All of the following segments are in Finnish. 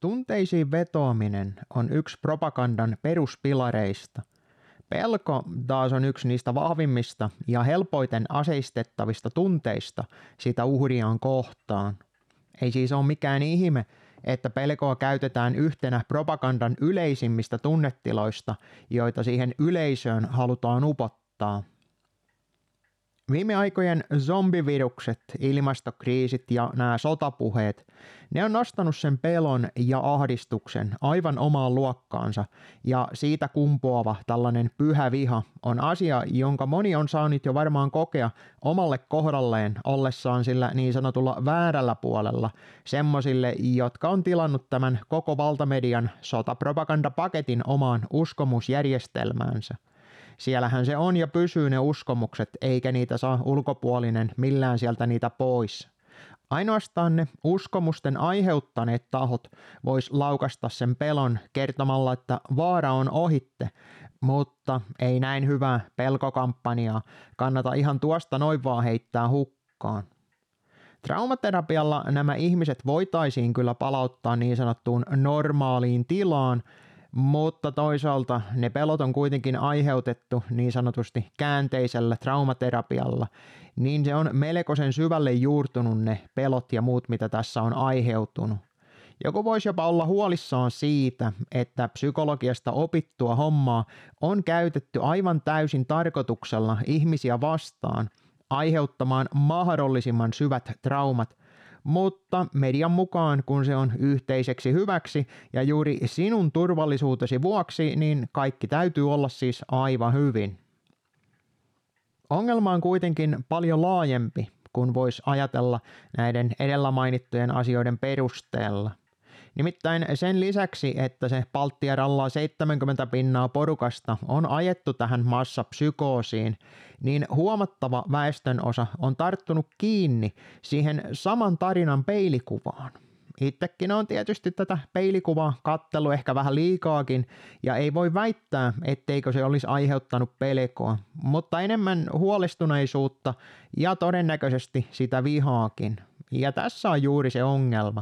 tunteisiin vetoaminen on yksi propagandan peruspilareista. Pelko taas on yksi niistä vahvimmista ja helpoiten aseistettavista tunteista sitä uhriaan kohtaan. Ei siis ole mikään ihme, että pelkoa käytetään yhtenä propagandan yleisimmistä tunnetiloista, joita siihen yleisöön halutaan upottaa. Viime aikojen zombivirukset, ilmastokriisit ja nämä sotapuheet, ne on nostanut sen pelon ja ahdistuksen aivan omaan luokkaansa, ja siitä kumpuava tällainen pyhä viha on asia, jonka moni on saanut jo varmaan kokea omalle kohdalleen ollessaan sillä niin sanotulla väärällä puolella, semmosille, jotka on tilannut tämän koko valtamedian sotapropagandapaketin omaan uskomusjärjestelmäänsä. Siellähän se on ja pysyy ne uskomukset, eikä niitä saa ulkopuolinen millään sieltä niitä pois. Ainoastaan ne uskomusten aiheuttaneet tahot vois laukasta sen pelon kertomalla, että vaara on ohitte, mutta ei näin hyvää pelkokampanjaa kannata ihan tuosta noin vaan heittää hukkaan. Traumaterapialla nämä ihmiset voitaisiin kyllä palauttaa niin sanottuun normaaliin tilaan, mutta toisaalta ne pelot on kuitenkin aiheutettu niin sanotusti käänteisellä traumaterapialla, niin se on melkoisen syvälle juurtunut ne pelot ja muut, mitä tässä on aiheutunut. Joku voisi jopa olla huolissaan siitä, että psykologiasta opittua hommaa on käytetty aivan täysin tarkoituksella ihmisiä vastaan, aiheuttamaan mahdollisimman syvät traumat, mutta median mukaan, kun se on yhteiseksi hyväksi ja juuri sinun turvallisuutesi vuoksi, niin kaikki täytyy olla siis aivan hyvin. Ongelma on kuitenkin paljon laajempi, kun voisi ajatella näiden edellä mainittujen asioiden perusteella. Nimittäin sen lisäksi, että se Baltia rallaa 70% porukasta on ajettu tähän massapsykoosiin, niin huomattava väestönosa on tarttunut kiinni siihen saman tarinan peilikuvaan. Itsekin on tietysti tätä peilikuvaa kattellut ehkä vähän liikaakin, ja ei voi väittää, etteikö se olisi aiheuttanut pelkoa, mutta enemmän huolestuneisuutta ja todennäköisesti sitä vihaakin. Ja tässä on juuri se ongelma.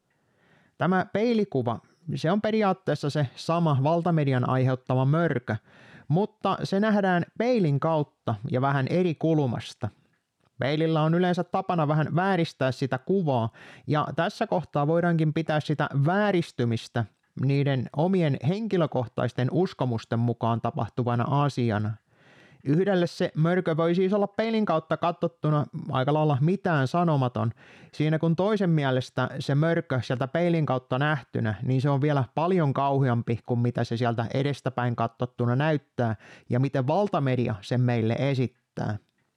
Tämä peilikuva, se on periaatteessa se sama valtamedian aiheuttama mörkö, mutta se nähdään peilin kautta ja vähän eri kulmasta. Peilillä on yleensä tapana vähän vääristää sitä kuvaa, ja tässä kohtaa voidaankin pitää sitä vääristymistä niiden omien henkilökohtaisten uskomusten mukaan tapahtuvana asiana. Yhdelle se mörkö voi siis olla peilin kautta katsottuna aika lailla mitään sanomaton. Siinä kun toisen mielestä se mörkö sieltä peilin kautta nähtynä, niin se on vielä paljon kauheampi kuin mitä se sieltä edestäpäin katsottuna näyttää ja miten valtamedia sen meille esittää.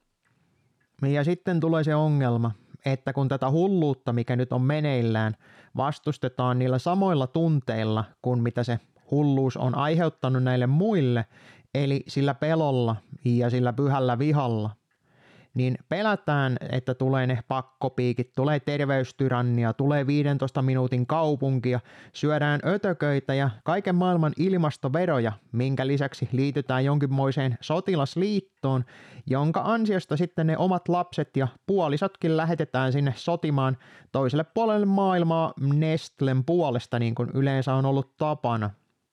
Ja sitten tulee se ongelma, että kun tätä hulluutta, mikä nyt on meneillään, vastustetaan niillä samoilla tunteilla kuin mitä se hulluus on aiheuttanut näille muille, eli sillä pelolla ja sillä pyhällä vihalla, niin pelätään, että tulee ne pakkopiikit, tulee terveystyrannia, tulee 15 minuutin kaupunkia, syödään ötököitä ja kaiken maailman ilmastoveroja, minkä lisäksi liitytään jonkinmoiseen sotilasliittoon, jonka ansiosta sitten ne omat lapset ja puolisotkin lähetetään sinne sotimaan toiselle puolelle maailmaa Nestlen puolesta, niin kuin yleensä on ollut tapana.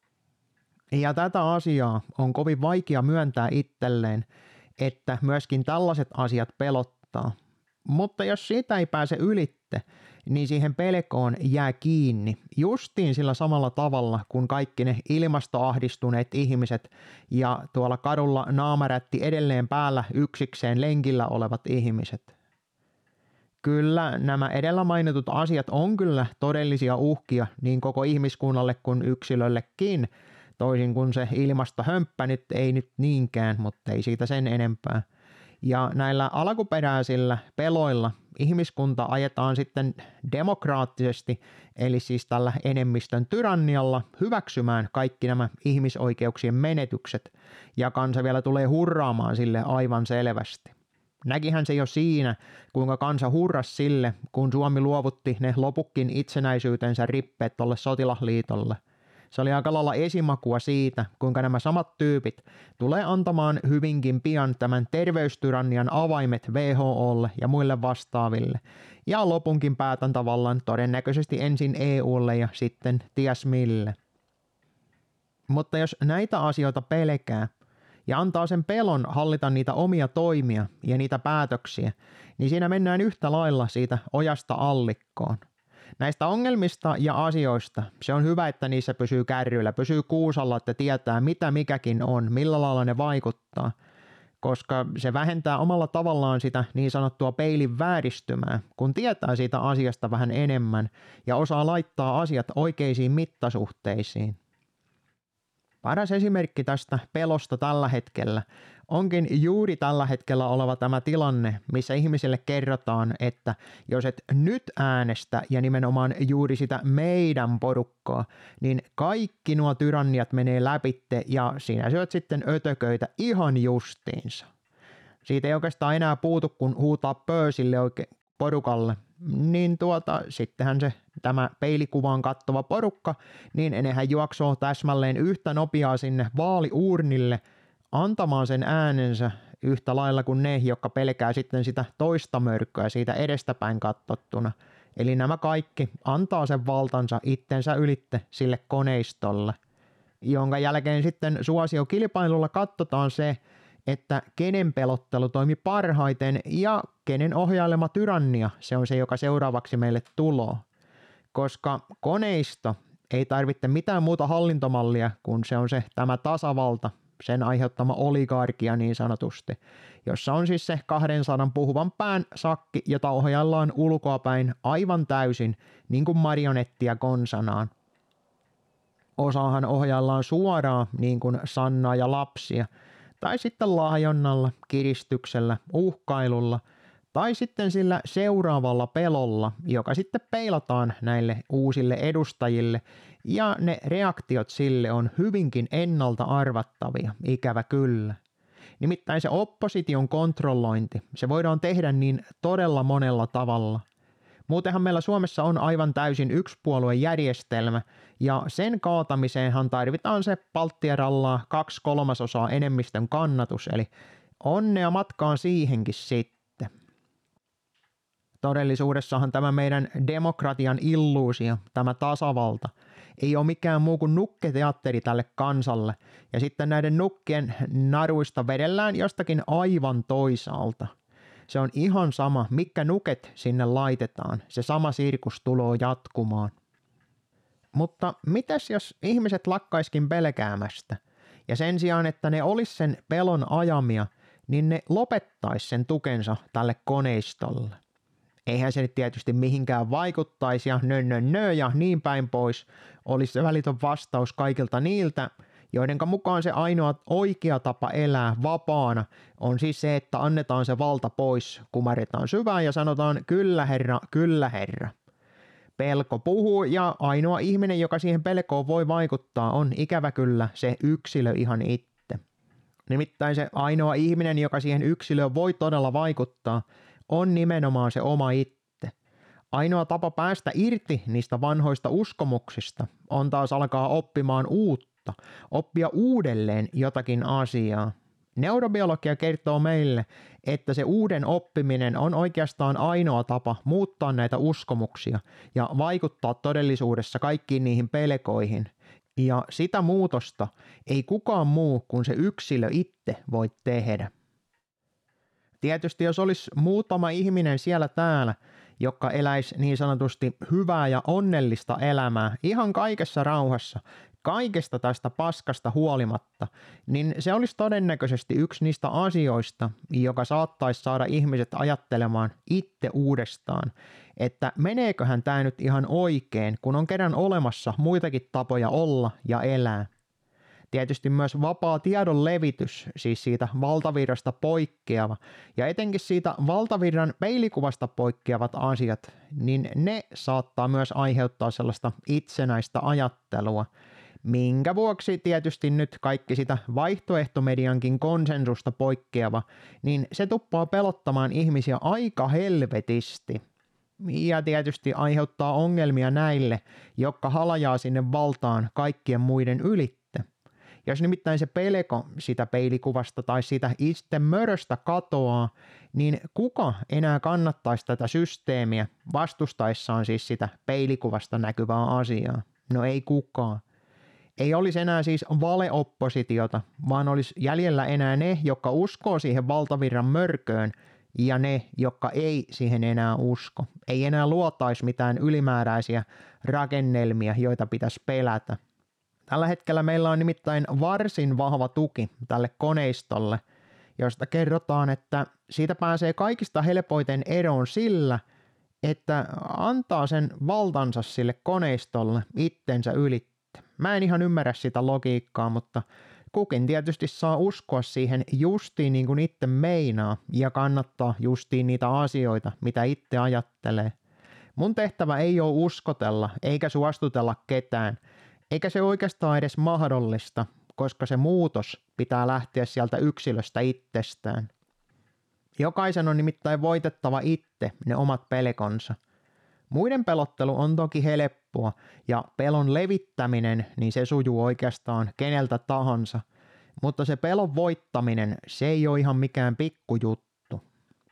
Ja tätä asiaa on kovin vaikea myöntää itselleen, että myöskin tällaiset asiat pelottaa. Mutta jos siitä ei pääse ylitte, niin siihen pelkoon jää kiinni justiin sillä samalla tavalla kuin kaikki ne ilmastoahdistuneet ihmiset ja tuolla kadulla naamarätti edelleen päällä yksikseen lenkillä olevat ihmiset. Kyllä nämä edellä mainitut asiat on kyllä todellisia uhkia niin koko ihmiskunnalle kuin yksilöllekin, toisin kuin se ilmastohömppä nyt ei nyt niinkään, mutta ei siitä sen enempää. Ja näillä alkuperäisillä peloilla ihmiskunta ajetaan sitten demokraattisesti, eli siis tällä enemmistön tyrannialla hyväksymään kaikki nämä ihmisoikeuksien menetykset, ja kansa vielä tulee hurraamaan sille aivan selvästi. Näkihän se jo siinä, kuinka kansa hurrasi sille, kun Suomi luovutti ne loputkin itsenäisyytensä rippeet tolle sotilasliitolle. Se oli aika lailla esimakua siitä, kuinka nämä samat tyypit tulee antamaan hyvinkin pian tämän terveystyrannian avaimet WHOlle ja muille vastaaville, ja lopunkin päätäntävallan todennäköisesti ensin EUlle ja sitten ties mille. Mutta jos näitä asioita pelkää ja antaa sen pelon hallita niitä omia toimia ja niitä päätöksiä, niin siinä mennään yhtä lailla siitä ojasta allikkoon. Näistä ongelmista ja asioista se on hyvä, että niissä pysyy kärryillä, pysyy kuusalla, että tietää mitä mikäkin on, millä lailla ne vaikuttaa, koska se vähentää omalla tavallaan sitä niin sanottua peilin vääristymää, kun tietää siitä asiasta vähän enemmän ja osaa laittaa asiat oikeisiin mittasuhteisiin. Paras esimerkki tästä pelosta tällä hetkellä onkin juuri tällä hetkellä oleva tämä tilanne, missä ihmisille kerrotaan, että jos et nyt äänestä ja nimenomaan juuri sitä meidän porukkaa, niin kaikki nuo tyranniat menee läpitte ja sinä syöt sitten ötököitä ihan justiinsa. Siitä ei oikeastaan enää puutu, kun huutaa pöysille porukalle, niin sittenhän se tämä peilikuvaan kattova porukka, niin nehän juoksoo täsmälleen yhtä nopeaa sinne vaaliuurnille antamaan sen äänensä yhtä lailla kuin ne, jotka pelkää sitten sitä toista mörkköä siitä edestäpäin katsottuna. Eli nämä kaikki antaa sen valtansa itsensä ylitte sille koneistolle, jonka jälkeen sitten suosiokilpailulla katsotaan se, että kenen pelottelu toimi parhaiten ja kenen ohjailema tyrannia se on se, joka seuraavaksi meille tuloo. Koska koneisto ei tarvitse mitään muuta hallintomallia, kun se on tämä tasavalta, sen aiheuttama oligarkia niin sanotusti, jossa on siis se 200 puhuvan pään sakki, jota ohjaillaan ulkoapäin aivan täysin, niin kuin marionettia konsanaan. Osaahan ohjaillaan suoraan, niin kuin Sannaa ja lapsia, tai sitten lahjonnalla, kiristyksellä, uhkailulla, tai sitten sillä seuraavalla pelolla, joka sitten peilataan näille uusille edustajille, ja ne reaktiot sille on hyvinkin ennalta arvattavia, ikävä kyllä. Nimittäin se opposition kontrollointi, se voidaan tehdä niin todella monella tavalla. Muutenhan meillä Suomessa on aivan täysin yksipuoluejärjestelmä, ja sen kaatamiseenhan tarvitaan se palttiarallaa 2/3 enemmistön kannatus, eli onnea matkaan siihenkin sitten. Todellisuudessahan tämä meidän demokratian illuusio, tämä tasavalta, ei ole mikään muu kuin nukketeatteri tälle kansalle, ja sitten näiden nukkien naruista vedellään jostakin aivan toisaalta. Se on ihan sama, mitkä nuket sinne laitetaan, se sama sirkus tulee jatkumaan. Mutta mitäs jos ihmiset lakkaiskin pelkäämästä, ja sen sijaan, että ne olisi sen pelon ajamia, niin ne lopettaisi sen tukensa tälle koneistolle. Eihän se nyt tietysti mihinkään vaikuttaisi ja ja niin päin pois, olisi se välitön vastaus kaikilta niiltä, joidenka mukaan se ainoa oikea tapa elää vapaana on siis se, että annetaan se valta pois, kumarretaan syvään ja sanotaan kyllä herra, kyllä herra. Pelko puhuu ja ainoa ihminen, joka siihen pelkoon voi vaikuttaa, on ikävä kyllä se yksilö ihan itse. Nimittäin se ainoa ihminen, joka siihen yksilöön voi todella vaikuttaa, on nimenomaan se oma itse. Ainoa tapa päästä irti niistä vanhoista uskomuksista on taas alkaa oppimaan uutta, oppia uudelleen jotakin asiaa. Neurobiologia kertoo meille, että se uuden oppiminen on oikeastaan ainoa tapa muuttaa näitä uskomuksia ja vaikuttaa todellisuudessa kaikkiin niihin pelkoihin. Ja sitä muutosta ei kukaan muu kuin se yksilö itse voi tehdä. Tietysti jos olisi muutama ihminen siellä täällä, joka eläisi niin sanotusti hyvää ja onnellista elämää ihan kaikessa rauhassa, kaikesta tästä paskasta huolimatta, niin se olisi todennäköisesti yksi niistä asioista, joka saattaisi saada ihmiset ajattelemaan itse uudestaan, että meneeköhän tämä nyt ihan oikein, kun on kerran olemassa muitakin tapoja olla ja elää. Tietysti myös vapaa tiedon levitys, siis siitä valtavirrasta poikkeava, ja etenkin siitä valtavirran peilikuvasta poikkeavat asiat, niin ne saattaa myös aiheuttaa sellaista itsenäistä ajattelua, minkä vuoksi tietysti nyt kaikki sitä vaihtoehtomediankin konsensusta poikkeava, niin se tuppaa pelottamaan ihmisiä aika helvetisti. Ja tietysti aiheuttaa ongelmia näille, jotka halajaa sinne valtaan kaikkien muiden ylitte. Jos nimittäin se pelko sitä peilikuvasta tai sitä itse möröstä katoaa, niin kuka enää kannattaisi tätä systeemiä vastustaessaan siis sitä peilikuvasta näkyvää asiaa? No ei kukaan. Ei olisi enää siis valeoppositiota, vaan olisi jäljellä enää ne, jotka uskoo siihen valtavirran mörköön, ja ne, jotka ei siihen enää usko. Ei enää luotaisi mitään ylimääräisiä rakennelmia, joita pitäisi pelätä. Tällä hetkellä meillä on nimittäin varsin vahva tuki tälle koneistolle, josta kerrotaan, että siitä pääsee kaikista helpoiten eroon sillä, että antaa sen valtansa sille koneistolle itsensä ylitte. Mä en ihan ymmärrä sitä logiikkaa, mutta kukin tietysti saa uskoa siihen justiin niin kuin itse meinaa ja kannattaa justiin niitä asioita, mitä itse ajattelee. Mun tehtävä ei ole uskotella eikä suostutella ketään, eikä se oikeastaan edes mahdollista, koska se muutos pitää lähteä sieltä yksilöstä itsestään. Jokaisen on nimittäin voitettava itse ne omat pelkonsa. Muiden pelottelu on toki helppoa ja pelon levittäminen, niin se sujuu oikeastaan keneltä tahansa, mutta se pelon voittaminen, se ei ole ihan mikään pikkujuttu.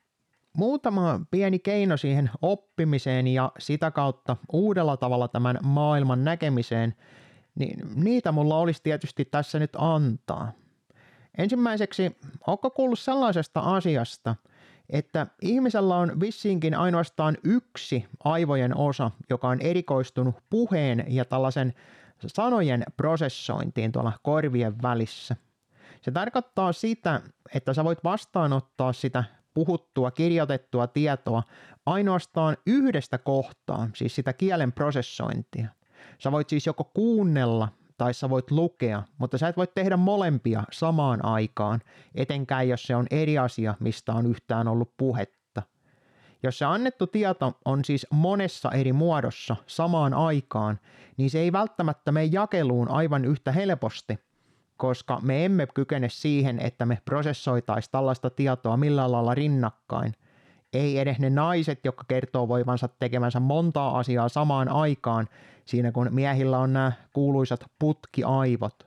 Muutama pieni keino siihen oppimiseen ja sitä kautta uudella tavalla tämän maailman näkemiseen, niin niitä mulla olisi tietysti tässä nyt antaa. Ensimmäiseksi, ootko kuullut sellaisesta asiasta, että ihmisellä on vissiinkin ainoastaan yksi aivojen osa, joka on erikoistunut puheen ja tällaisen sanojen prosessointiin tuolla korvien välissä. Se tarkoittaa sitä, että sä voit vastaanottaa sitä puhuttua, kirjoitettua tietoa ainoastaan yhdestä kohtaa, siis sitä kielen prosessointia. Sä voit siis joko kuunnella tai sä voit lukea, mutta sä et voi tehdä molempia samaan aikaan, etenkään jos se on eri asia, mistä on yhtään ollut puhetta. Jos se annettu tieto on siis monessa eri muodossa samaan aikaan, niin se ei välttämättä mene jakeluun aivan yhtä helposti, koska me emme kykene siihen, että me prosessoitaisiin tällaista tietoa millään lailla rinnakkain. Ei edes ne naiset, jotka kertoo voivansa tekemänsä montaa asiaa samaan aikaan, siinä kun miehillä on nämä kuuluisat putkiaivot.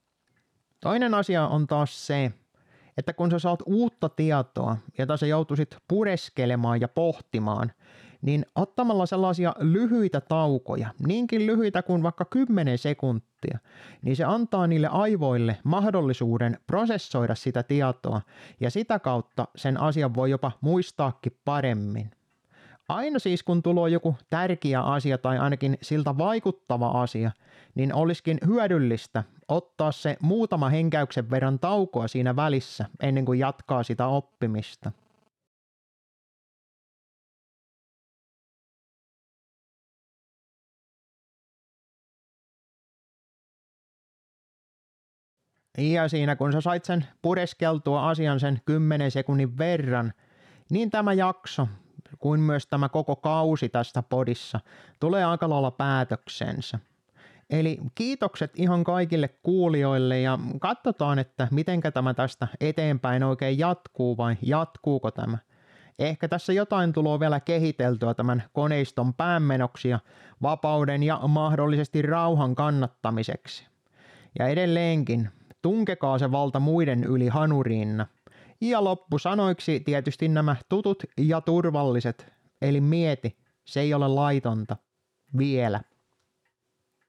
Toinen asia on taas se, että kun sä saat uutta tietoa, jota sä joutuisit pureskelemaan ja pohtimaan, niin ottamalla sellaisia lyhyitä taukoja, niinkin lyhyitä kuin vaikka 10 sekuntia, niin se antaa niille aivoille mahdollisuuden prosessoida sitä tietoa ja sitä kautta sen asian voi jopa muistaakin paremmin. Aina siis kun tulee joku tärkeä asia tai ainakin siltä vaikuttava asia, niin olisikin hyödyllistä ottaa se muutama henkäyksen verran taukoa siinä välissä ennen kuin jatkaa sitä oppimista. Ja siinä kun sä sait sen pureskeltua asian sen 10 sekunnin verran, niin tämä jakso kuin myös tämä koko kausi tästä podissa tulee aika lailla päätöksensä. Eli kiitokset ihan kaikille kuulijoille ja katsotaan, että mitenkä tämä tästä eteenpäin oikein jatkuu vai jatkuuko tämä. Ehkä tässä jotain tulee vielä kehiteltyä tämän koneiston päänmenoksi ja vapauden ja mahdollisesti rauhan kannattamiseksi. Ja edelleenkin, tunkekaa se valta muiden yli hanuriinna. Ja loppusanoiksi tietysti nämä tutut ja turvalliset, eli mieti, se ei ole laitonta. Vielä.